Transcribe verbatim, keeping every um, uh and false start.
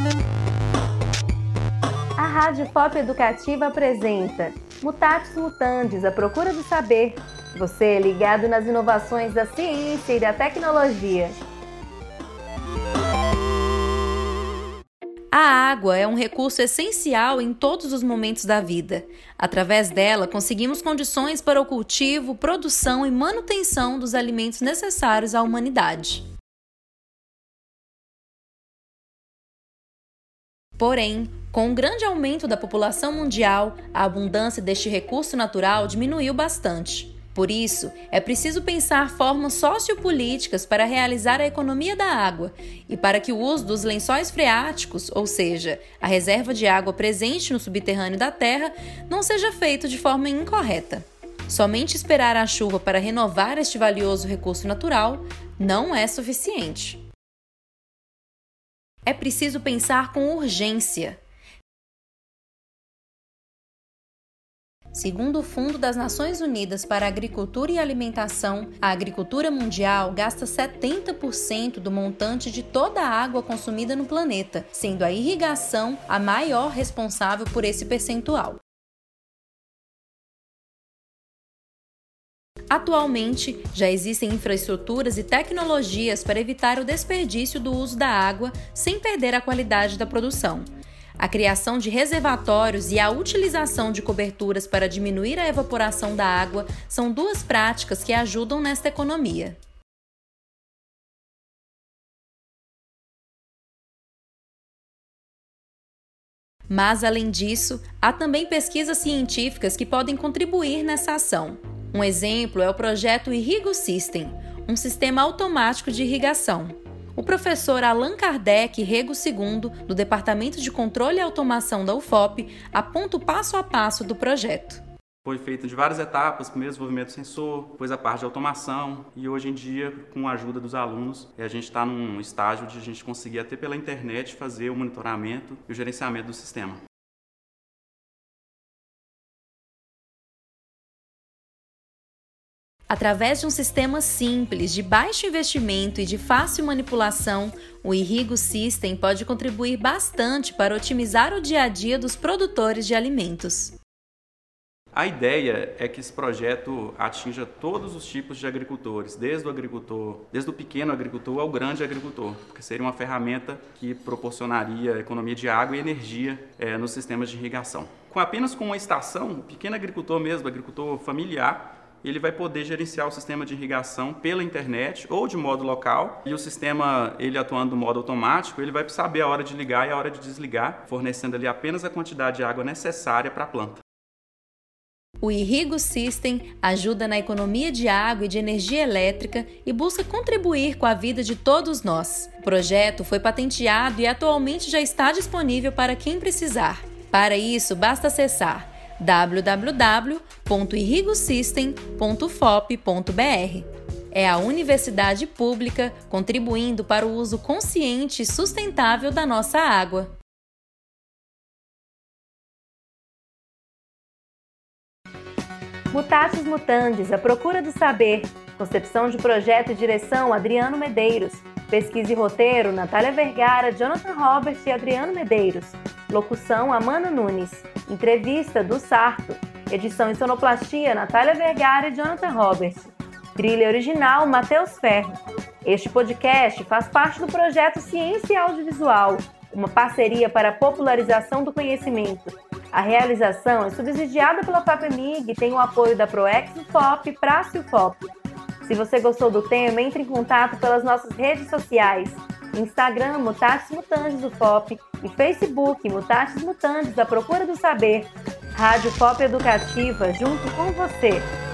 A Rádio Fop Educativa apresenta Mutatis Mutandis, a procura do saber. Você ligado nas inovações da ciência e da tecnologia. A água é um recurso essencial em todos os momentos da vida. Através dela, conseguimos condições para o cultivo, produção e manutenção dos alimentos necessários à humanidade. Porém, com o grande aumento da população mundial, a abundância deste recurso natural diminuiu bastante. Por isso, é preciso pensar formas sociopolíticas para realizar a economia da água e para que o uso dos lençóis freáticos, ou seja, a reserva de água presente no subterrâneo da Terra, não seja feito de forma incorreta. Somente esperar a chuva para renovar este valioso recurso natural não é suficiente. É preciso pensar com urgência. Segundo o Fundo das Nações Unidas para a Agricultura e Alimentação, a agricultura mundial gasta setenta por cento do montante de toda a água consumida no planeta, sendo a irrigação a maior responsável por esse percentual. Atualmente, já existem infraestruturas e tecnologias para evitar o desperdício do uso da água sem perder a qualidade da produção. A criação de reservatórios e a utilização de coberturas para diminuir a evaporação da água são duas práticas que ajudam nesta economia. Mas, além disso, há também pesquisas científicas que podem contribuir nessa ação. Um exemplo é o projeto Irrigo System, um sistema automático de irrigação. O professor Allan Kardec Rego segundo, do Departamento de Controle e Automação da U F O P, aponta o passo a passo do projeto. Foi feito de várias etapas, primeiro o desenvolvimento do sensor, depois a parte de automação e hoje em dia, com a ajuda dos alunos, a gente está num estágio de a gente conseguir até pela internet fazer o monitoramento e o gerenciamento do sistema. Através de um sistema simples, de baixo investimento e de fácil manipulação, o Irrigo System pode contribuir bastante para otimizar o dia a dia dos produtores de alimentos. A ideia é que esse projeto atinja todos os tipos de agricultores, desde o agricultor, desde o pequeno agricultor ao grande agricultor, porque seria uma ferramenta que proporcionaria economia de água e energia é, nos sistemas de irrigação. Com apenas com uma estação, o pequeno agricultor mesmo, agricultor familiar, ele vai poder gerenciar o sistema de irrigação pela internet ou de modo local, e o sistema, ele atuando no modo automático, ele vai saber a hora de ligar e a hora de desligar, fornecendo ali apenas a quantidade de água necessária para a planta. O Irrigo System ajuda na economia de água e de energia elétrica e busca contribuir com a vida de todos nós. O projeto foi patenteado e atualmente já está disponível para quem precisar. Para isso, basta acessar w w w ponto irrigosystem ponto fop ponto b r. É a universidade pública contribuindo para o uso consciente e sustentável da nossa água. Mutatis Mutandis, a procura do saber. Concepção de projeto e direção, Adriano Medeiros. Pesquisa e roteiro, Natália Vergara, Jonathan Robert e Adriano Medeiros. Locução, Amanda Nunes. Entrevista, do Sarto. Edição e sonoplastia, Natália Vergara e Jonathan Robert. Trilha original, Matheus Ferro. Este podcast faz parte do projeto Ciência Audiovisual, uma parceria para a popularização do conhecimento. A realização é subsidiada pela FAPEMIG e tem o apoio da Proex U F O P, Praça U F O P. Se você gostou do tema, entre em contato pelas nossas redes sociais. Instagram, Mutatis Mutandis U F O P e Facebook, Mutatis Mutandis, a procura do saber. Rádio Fop Educativa, junto com você.